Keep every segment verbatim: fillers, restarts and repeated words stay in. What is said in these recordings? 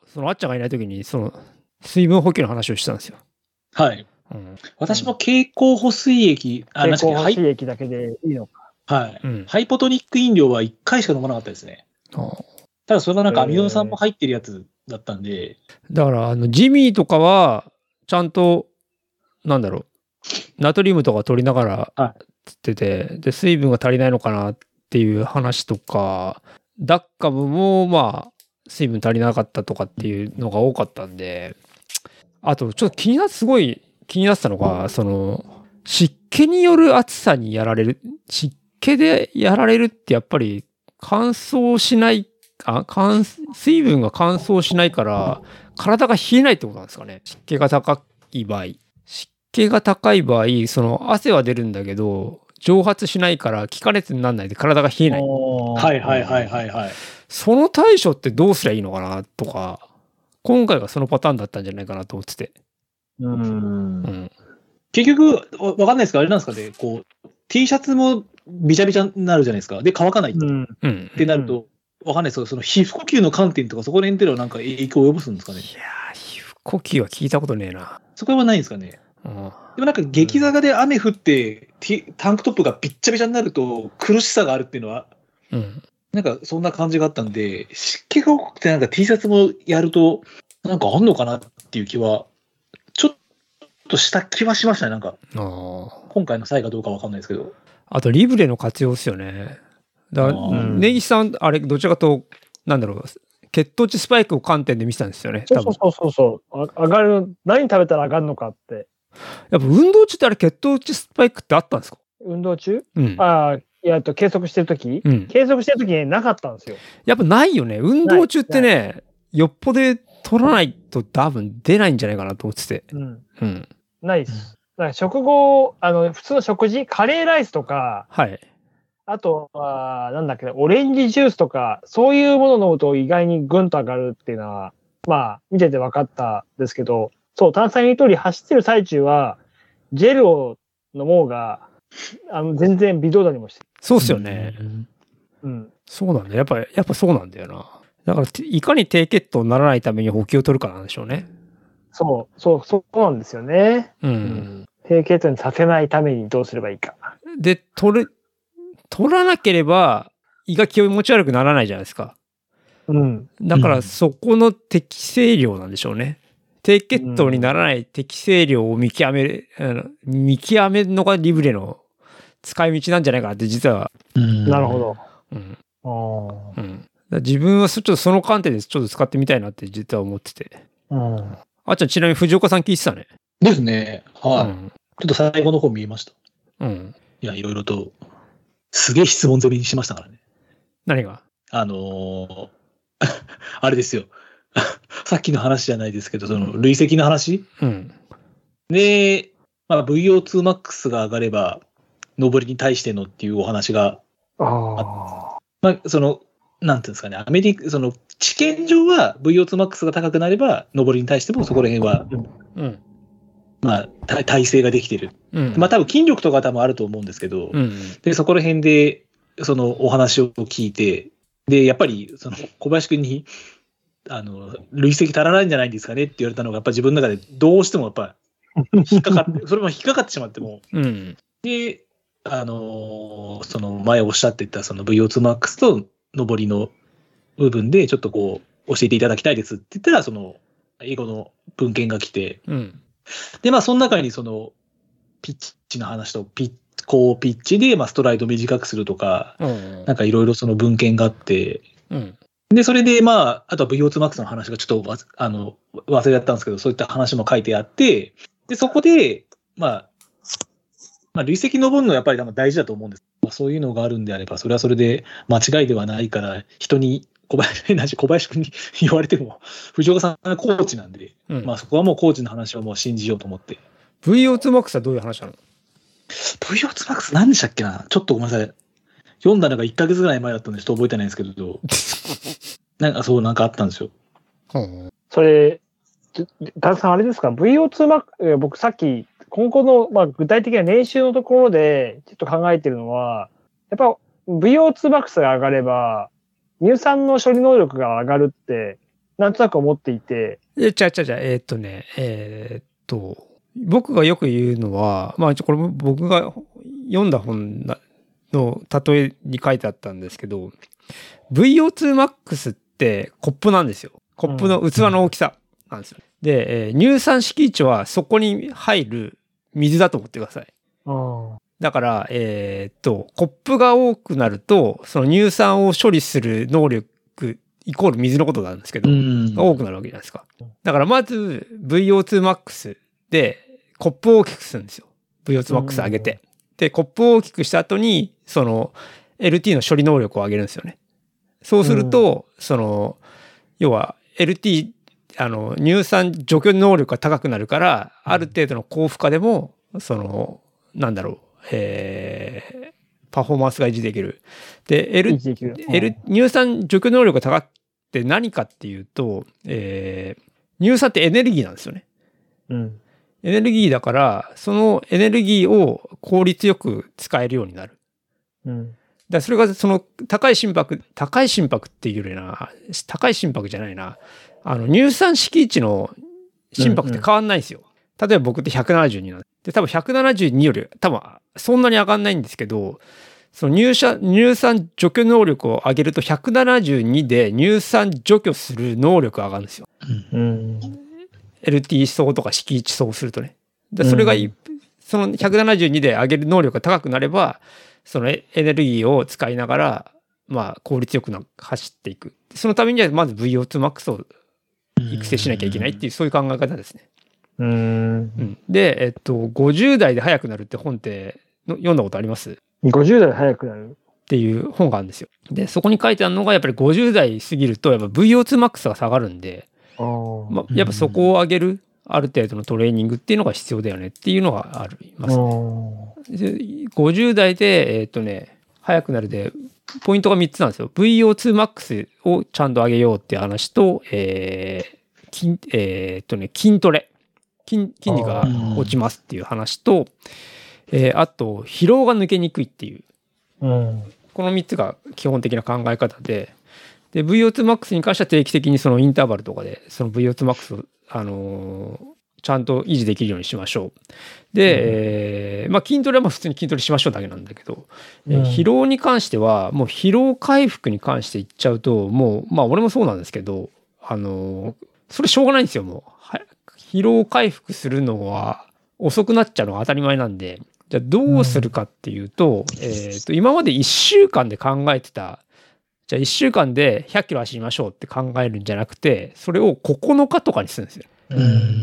そのあっちゃんがいないときに、その、水分補給の話をしたんですよ。 はい。うん、私も経口補水液、 あ、経口補水液だけでいいのか。 はい、うん。ハイポトニック飲料はいっかいしか飲まなかったですね。ただそれがなんかアミノ酸も入ってるやつだったんで。 だから、あの、ジミーとかは、ちゃんと、なんだろう、ナトリウムとか取りながら、つってて、はい、で、水分が足りないのかなっていう話とか、ダッカムも、まあ、水分足りなかったとかっていうのが多かったんで、あと、ちょっと気になって、すごい気になってたのが、その、湿気による暑さにやられる、湿気でやられるってやっぱり乾燥しない、あ、乾、水分が乾燥しないから、体が冷えないってことなんですかね。湿気が高い場合。湿気が高い場合、その汗は出るんだけど、蒸発しないから気化熱にならないで体が冷えない。 はいはいはいはいはい。 その対処ってどうすりゃいいのかなとか、今回がそのパターンだったんじゃないかなと思ってて。 うん。うん、結局、わかんないですかあれなんですかね、こう、T シャツもびちゃびちゃになるじゃないですか。で、乾かないと。うん、ってなると、わかんないですけど、その皮膚呼吸の観点とか、そこら辺っていうのはなんか影響を及ぼすんですかね。いやー、皮膚呼吸は聞いたことねえな。 そこはないんですかね。うん、でもなんか激坂で雨降って、うん、タンクトップがびっちゃびちゃになると苦しさがあるっていうのは、うん、なんかそんな感じがあったんで、湿気が多くてなんか T シャツもやると、なんかあんのかなっていう気は、ちょっとした気はしましたね、なんか。あ今回の際かどうかわかんないですけど。 あと、リブレの活用ですよね。だから、根岸さん、あれ、どちらかと、なんだろう、血糖値スパイクを観点で見てたんですよね。 そうそうそうそう。上がる、何食べたら上がるのかって。 やっぱ運動中ってあれ血糖値スパイクってあったんですか？ 運動中？うん。ああ、いや、と計測してるとき、うん、計測してるときになかったんですよ。 やっぱないよね。運動中ってね、よっぽど取らないと多分出ないんじゃないかなと思ってて。うん。 うん。ないです。だから食後、あの、普通の食事、カレーライスとか、 はい。 あとは、なんだっけ、オレンジジュースとか、そういうものを飲むと意外にぐんと上がるっていうのは、まあ、見てて分かったんですけど、そう、炭酸飲料走ってる最中は、ジェルを飲もうが、あの、全然微動だにもしてる。 そうっすよね。うん。うん、そうなんだ。やっぱ、やっぱそうなんだよな。だから、いかに低血糖にならないために補給を取るかなんでしょうね。 そう、そう、そうなんですよね。うん。うん、低血糖にさせないためにどうすればいいか。 で、取る、取らなければ胃が気持ち悪くならないじゃないですか。うん。だからそこの適正量なんでしょうね。低血糖にならない適正量を見極める、あの見極めるのがリブレの使い道なんじゃないかなって実は。 なるほど。うん。 あうん、自分はちょっとその観点でちょっと使ってみたいなって実は思ってて。うん。あっちゃんちなみに藤岡さん聞いてたね。 ですね。はい。うん、ちょっと最後の方見えました。うん。いや、いろいろと。すげえ質問攻めにしましたからね。 何が？ あのー、あれですよ。さっきの話じゃないですけど、その累積の話、うん、で、まあ、ブイオーツーマックス が上がれば、上りに対してのっていうお話がああまあ、その、なんていうんですかね、アメリカ、その、知見上は ブイオーツーマックス が高くなれば、上りに対してもそこら辺は、うん、まあ、体制ができてる。うん、まあ、多分筋力とか多分あると思うんですけど、うん、で、そこら辺で、そのお話を聞いて、で、やっぱり、その、小林くんに、あの、累積足らないんじゃないんですかねって言われたのが、やっぱ自分の中でどうしてもやっぱ、引っかかって、それも引っかかってしまっても、うん、で、あの、その前おっしゃってた、その ブイオーツーマックス と上りの部分で、ちょっとこう、教えていただきたいですって言ったら、その、英語の文献が来て、うんで、まあ、その中にその、ピッチの話と、ピッ、高ピッチで、まあ、ストライド短くするとか、うん、なんかいろいろその文献があって、うん、で、それで、まあ、あとは ブイオーツーマックス の話がちょっと、あの、忘れちゃったんですけど、そういった話も書いてあって、で、そこで、まあ、まあ、累積登るのはやっぱり大事だと思うんです。そういうのがあるんであれば、それはそれで間違いではないから、人に、小林、小林君に言われても、藤岡さんがコーチなんで、うん、まあそこはもうコーチの話はもう信じようと思って。 ブイオーツーマックス はどういう話なの？ ブイオーツーマックス 何でしたっけな？ちょっとごめんなさい。読んだのがいっかげつぐらい前だったんでちょっと覚えてないんですけど、なんかそう、なんかあったんですよ。 うん、それ、ダンさんあれですか？ ブイオーツーマックス、僕さっき、今後の、まあ、具体的な年収のところでちょっと考えてるのは、やっぱ ブイオーツーマックス が上がれば、乳酸の処理能力が上がるってなんとなく思っていて。 え、ちゃちゃちゃ、えー、っとね、えー、っと、僕がよく言うのは、まあ、これも僕が読んだ本の例えに書いてあったんですけど、ブイオーツーマックス ってコップなんですよ。コップの器の大きさなんですよ。うん、で、えー、乳酸式値はそこに入る水だと思ってください。だから、えー、っと、コップが多くなると、その乳酸を処理する能力イコール水のことなんですけど、多くなるわけじゃないですか。だからまず ブイオーツーマックス でコップを大きくするんですよ。ブイオーツーマックス 上げて。で、コップを大きくした後に、その エルティー の処理能力を上げるんですよね。そうすると、その、要は エルティー、あの、乳酸除去能力が高くなるから、ある程度の高負荷でも、その、なんだろう、えー、パフォーマンスが維持できる。で、L、L、乳酸除去能力が高くて何かっていうと、えー、乳酸ってエネルギーなんですよね。うん。エネルギーだから、そのエネルギーを効率よく使えるようになる。うん。だそれがその高い心拍、高い心拍っていうよりな、高い心拍じゃないな。あの、乳酸式値の心拍って変わんないんですよ。うんうん、例えば僕ってひゃくななじゅうになんで、多分ひゃくななじゅうにより多分そんなに上がんないんですけど、その乳酸、乳酸除去能力を上げるとひゃくななじゅうにで乳酸除去する能力が上がるんですよ。うん、エルティー 層とか式値層するとね。でそれが、うん、そのひゃくななじゅうにで上げる能力が高くなれば、そのエネルギーを使いながら、まあ効率よくな走っていく。そのためにはまず ブイオーツーマックス を育成しなきゃいけないっていう、そういう考え方ですね。うん、うん、で、えっと、ごじゅう代で速くなるって本って読んだことあります？ごじゅう代で速くなるっていう本があるんですよ。で、そこに書いてあるのが、やっぱりごじゅう代過ぎると、やっぱ ブイオーツーマックス が下がるんで、まあ、やっぱそこを上げる、ある程度のトレーニングっていうのが必要だよねっていうのがありますね。でごじゅう代で、えっとね、速くなるで、ポイントがみっつなんですよ。ブイオーツーマックス をちゃんと上げようっていう話と、えー筋えー、っとね、筋トレ。筋, 筋肉が落ちますっていう話と、えー、あと疲労が抜けにくいっていう、うん、このみっつが基本的な考え方で、で ブイオーツーマックス に関しては定期的にそのインターバルとかでその ブイオーツーマックス を、あのー、ちゃんと維持できるようにしましょう。で、うんえーまあ、筋トレはまあ普通に筋トレしましょうだけなんだけど、うんえー、疲労に関してはもう疲労回復に関して言っちゃうともうまあ俺もそうなんですけど、あのー、それしょうがないんですよ。もう疲労回復するのは遅くなっちゃうのが当たり前なんで、じゃあどうするかっていうと、うんえー、と今までいっしゅうかんで考えてた、じゃあいっしゅうかんでひゃっキロ走りましょうって考えるんじゃなくて、それをここのかとかにするんですよ。うん、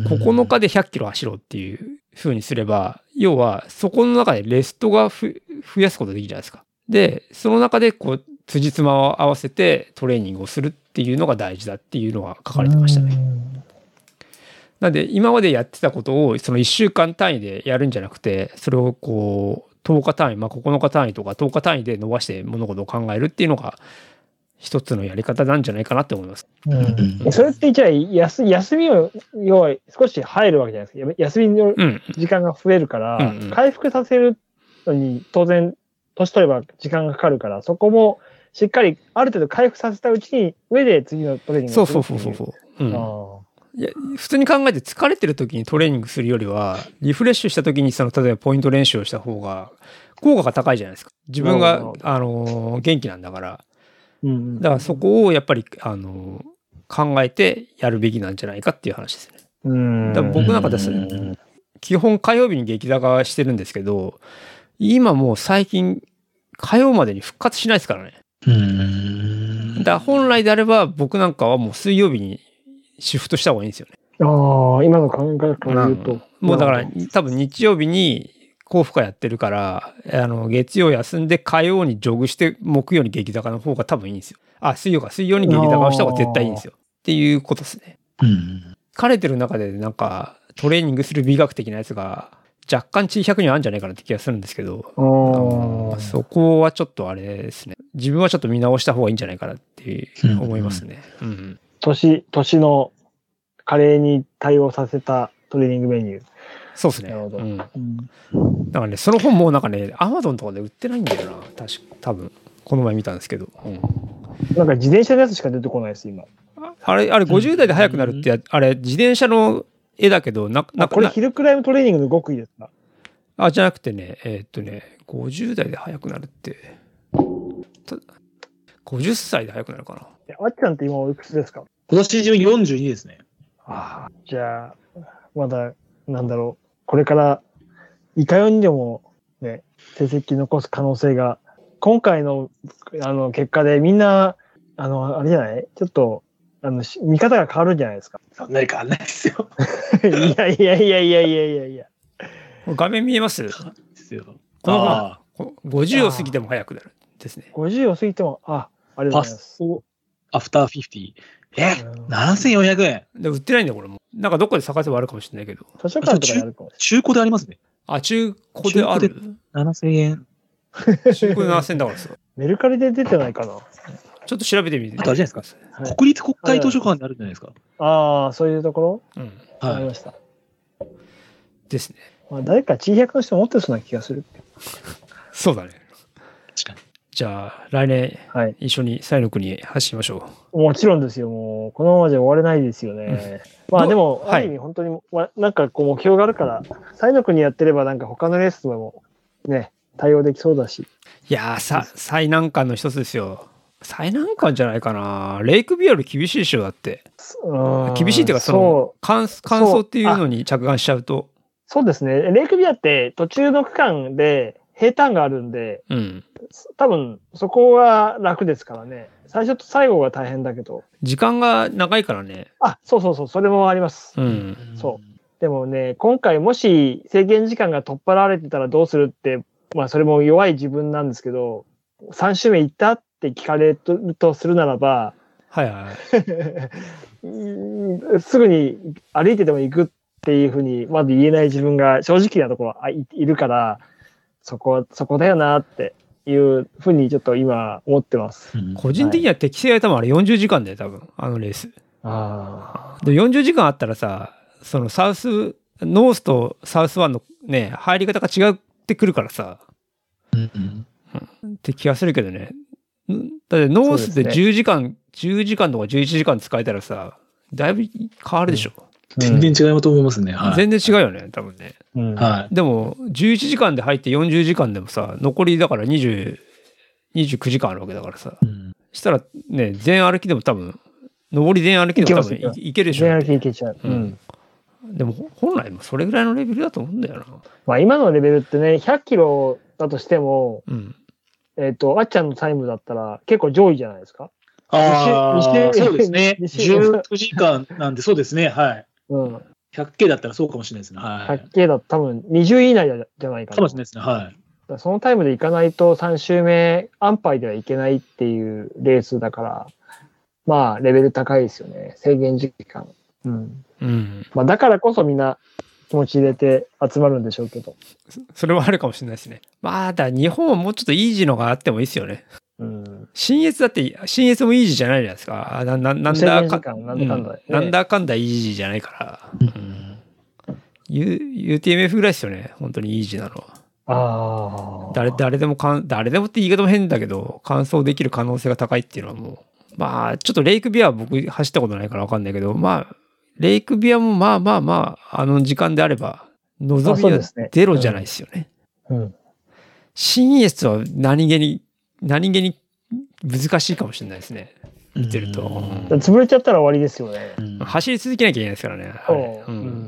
ここのかでひゃっキロ走ろうっていう風にすれば、要はそこの中でレストがふ増やすことできるじゃないですか。で、その中でこう辻褄を合わせてトレーニングをするっていうのが大事だっていうのが書かれてましたね。うんなんで今までやってたことをそのいっしゅうかん単位でやるんじゃなくて、それをこうとおか単位、まあここのか単位とかとおか単位で伸ばして物事を考えるっていうのが一つのやり方なんじゃないかなって思います。 うんうん、それってじゃあ休、休みを要は少し入るわけじゃないですか。休みの時間が増えるから、うんうん、回復させるのに当然年取れば時間がかかるから、そこもしっかりある程度回復させたうちに上で次のトレーニングをするっていう。そうそうそうそう。うんあいや普通に考えて疲れてる時にトレーニングするよりはリフレッシュした時にその例えばポイント練習をした方が効果が高いじゃないですか。自分があの元気なんだから、うん、だからそこをやっぱりあの考えてやるべきなんじゃないかっていう話ですね。うんだから僕なんかですね基本火曜日に激高してるんですけど、今もう最近火曜までに復活しないですからね。うんだから本来であれば僕なんかはもう水曜日にシフトした方がいいんですよね。 ああ、今の考えから言うと、うん、 もうだから多分日曜日に高負荷やってるから、あの月曜休んで火曜にジョグして木曜に激高の方が多分いいんですよ。あ、水曜か水曜に激高をした方が絶対いいんですよ。っていうことですね。うん、疲れてる中でなんかトレーニングする美学的なやつが若干小さくにはあるんじゃないかなって気がするんですけど、あそこはちょっとあれですね。自分はちょっと見直した方がいいんじゃないかなって思いますね。うんうんうん年、年の加齢に対応させたトレーニングメニュー。 そうですね。なるほど。うん。だからね、その本もなんかね、アマゾンとかで売ってないんだよな。確か、多分。この前見たんですけど。うん。 なんか自転車のやつしか出てこないです、今。 あれ、あれごじゅう代で速くなるって、あれ、自転車の絵だけど、な、 なこれヒルクライムトレーニングの極意ですか？ あ、じゃなくてね、えー、っとね、ごじゅう代で速くなるって、ごじゅっさいで速くなるかな。 あっちゃんって今おいくつですか？ 今年中よんじゅうにですね。 ああ、じゃあ、まだ、なんだろう、これから、いかようにでも、ね、成績残す可能性が、今回の、あの、結果でみんな、あの、あれじゃないちょっと、あの、見方が変わるんじゃないですか。 そんなに変わんないですよ。 いやいやいやいやいやいやいや。 画面見えます？ ですよ。 ああ。ごじゅうを過ぎても速くなるですね。 ごじゅうを過ぎても、あ、ありがとうございます。 アフターフィフティー。え、ななせんよんひゃくえん。 で売ってないんだよ、これも。なんかどこで探せばあるかもしれないけど。 図書館とかであるかもしれない。 中古でありますね。 あ、中古である？ ななせんえん。 中古でななせんえんだからさ。 メルカリで出てないかな。 ちょっと調べてみて。 あとあれじゃないですか。はい、国立国会図書館であるんじゃないですか。 ああ、そういうところ？ うん。 わかりました。 ですね。 まあ、誰か地百の人持ってそうな気がする。 そうだね。 確かに。 じゃあ、来年、はい、一緒に西の国へ走りましょう。もちろんですよ。もう、このままじゃ終われないですよね。うん、まあでも、ある意味、本当に、はい、なんかこう目標があるから、西の国やってれば、なんか他のレースでも、ね、対応できそうだし。 いやー、さ、最難関の一つですよ。最難関じゃないかな。レイクビアより厳しいでしょ、だって。厳しいっていうか、その、乾燥っていうのに着眼しちゃうと。 そうですね。レイクビアって途中の区間で平坦があるんで、 うん、 多分そこは楽ですからね。最初と最後が大変だけど。 時間が長いからね。 あ、そうそうそう、それもあります。 うん。 そう。でもね、今回もし制限時間が取っ払われてたらどうするって、まあそれも弱い自分なんですけど、さん周目行ったって聞かれるとするならば、 はいはい。 すぐに歩いてでも行くっていうふうにまず言えない自分が正直なところはいるから、そこは、そこだよなっていうふうにちょっと今思ってます。 うん、個人的には適正は多分あれよんじゅうじかんで多分、あのレース。 あでよんじゅうじかんあったらさ、そのサウス、ノースとサウスワンのね、入り方が違ってくるからさ。 うんうんうん、って気がするけどね。だってノースでじゅうじかん、ね、じゅうじかんとかじゅういちじかん使えたらさ、だいぶ変わるでしょ。 うん、全然違うと思いますね。はい、 全然違うよね、多分ね。 うん、 はい。 でも、じゅういちじかんで入ってよんじゅうじかんでもさ、残りだからにじゅう、にじゅうくじかんあるわけだからさ。うん、したらね、全歩きでも多分、上り全歩きでも多分 い, いけるでしょ。 全歩きいけちゃう。うん。 でも、本来もそれぐらいのレベルだと思うんだよな。 まあ今のレベルってね、ひゃっキロだとしても、 うん、 えっ、ー、と、あっちゃんのタイムだったら結構上位じゃないですか。 ああ、そうですね。じゅうくじかんなんで、そうですね。はい。 うん。 ひゃっケー だったらそうかもしれないですね。はい。 ひゃっケー だと多分にじゅうい以内じゃないかな。 かもしれないですね。はい。 だそのタイムでいかないとさん周目安牌ではいけないっていうレースだから、まあレベル高いですよね。制限時間。うん。 うん。 まあだからこそみんな気持ち入れて集まるんでしょうけど。 それはあるかもしれないですね。まあだ日本はもうちょっとイージーのがあってもいいですよね。 うん、 新越だって、新越もイージーじゃないじゃないですか。な、な、なんだか、 なんだかんだ、ねうん、なんだかんだイージーじゃないから。うん、U、ユーティーエムエフ ぐらいですよね。本当にイージーなのは。 ああ。 誰、誰でもかん、誰でもって言い方も変だけど、完走できる可能性が高いっていうのはもう。まあ、ちょっとレイクビアは僕走ったことないからわかんないけど、まあ、レイクビアもまあまあまあ、あの時間であれば、望みはゼロじゃないですよね。 うん。うん、 新越は何気に、何気に難しいかもしれないですね。見てると。 潰れちゃったら終わりですよね。 うん、走り続けなきゃいけないですからね。はいうん、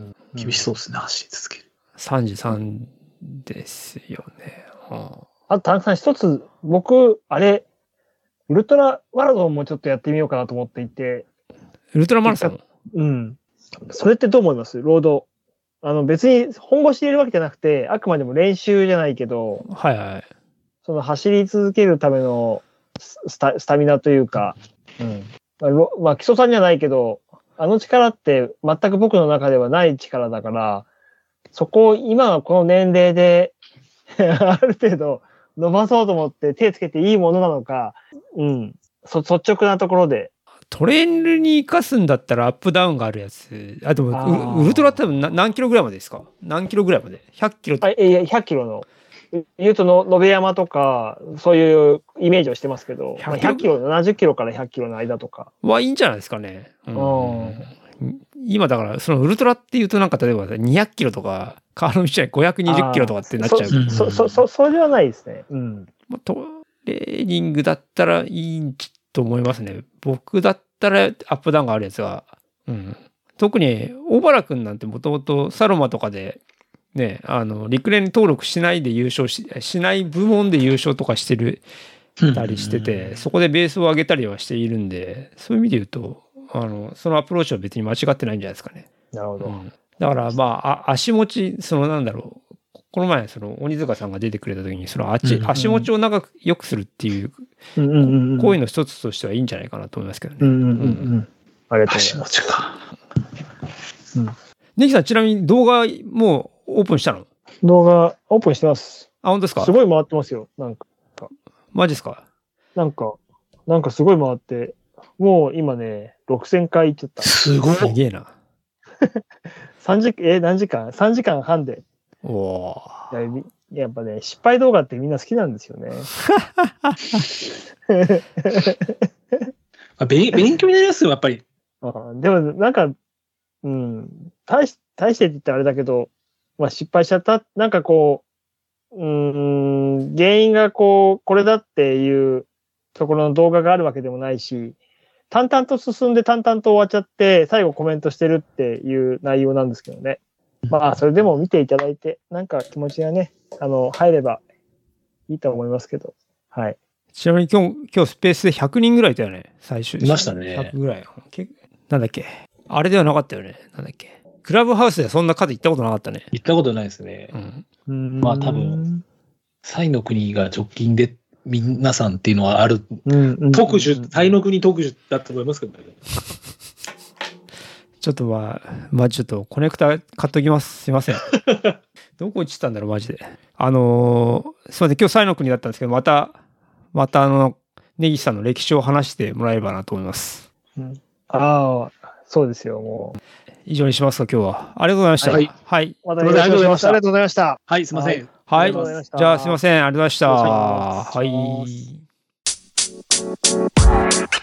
厳しそうですね、走り続ける。 さんじゅうさんですよね。 はあ、あと、田中さん一つ、僕、あれ、ウルトラマラソンもちょっとやってみようかなと思っていて。 ウルトラマラソンうん。それってどう思いますロード。あの、別に本腰入れるわけじゃなくて、あくまでも練習じゃないけど、 はいはい。 その走り続けるためのスタ、スタミナというか、うん。まあ、まあ、基礎さんじゃないけど、あの力って全く僕の中ではない力だから、そこを今はこの年齢である程度伸ばそうと思って手つけていいものなのか、うん。そ、率直なところで。 トレイルに生かすんだったらアップダウンがあるやつ。あ、でもウルトラ多分何キロぐらいまでですか？何キロぐらいまで ?ひゃっ キロ。 あ、いや、ひゃっキロの。 言うとの、延山とか、そういうイメージをしてますけど、ひゃくキロ、ななじゅっキロからひゃくキロの間とか。 はいいんじゃないですかね。うん、今だから、そのウルトラっていうとなんか例えばにひゃくキロとか、川の道はごひゃくにじゅっキロとかってなっちゃう。 そ、そ、そ、それはないですね。うん。 トレーニングだったらいいと思いますね。僕だったらアップダウンがあるやつは。うん。特に、小原くんなんてもともとサロマとかで、ね、あの、陸連登録しないで優勝し、しない部門で優勝とかしてる、たりしてて、そこでベースを上げたりはしているんで、そういう意味で言うと、あの、そのアプローチは別に間違ってないんじゃないですかね。 なるほど。うん、 だから、まあ、あ足持ち、そのなんだろう、この前、その、鬼塚さんが出てくれた時に、その足、うんうん、足持ちを長く良くするっていう、うんうんうん、行為の一つとしてはいいんじゃないかなと思いますけどね。 うんうんうんうん。ありがとうございます。 足持ちか。 うん。ネギさん、ちなみに動画もうオープンしたの？ 動画オープンしてます。 あ、本当ですか？ すごい回ってますよ。なんか。 マジですか？ なんか、なんかすごい回って、もう今ね、ろくせんかい行っちゃった。 すごい。 すげえな。 さんじ、え、何時間 ?さん 時間半で。 おー。やっぱね、失敗動画ってみんな好きなんですよね。 勉勉強になりますよ、やっぱり。 あでも、なんか、うん、大し、大してって言ったらあれだけど、まあ失敗しちゃった。なんかこう、うん、原因がこう、これだっていうところの動画があるわけでもないし、淡々と進んで淡々と終わっちゃって、最後コメントしてるっていう内容なんですけどね。まあ、それでも見ていただいて、なんか気持ちがね、あの、入ればいいと思いますけど。はい。 ちなみに今日、今日スペースでひゃくにんぐらいいたよね、最終。 いましたね。 ひゃくぐらい。なんだっけ。あれではなかったよね。なんだっけ。クラブハウスでそんな数行ったことなかったね。 行ったことないですね。うん。まあ多分、サイの国が直近で皆さんっていうのはある。特殊、サイの国特殊だと思いますけどね。 ちょっとまあ、まあちょっとコネクタ買っときます。すいません。どこ行ってたんだろう、マジで。あのー、すいません、今日サイの国だったんですけど、また、またあの、根岸さんの歴史を話してもらえればなと思います。 うん、ああ、そうですよ、もう。 以上にしますか、今日は。ありがとうございました。はい。はい。 またありがとうございました。ありがとうございました。 はい、すいません。 はい。はい、じゃあ、すいません。ありがとうございました。はい。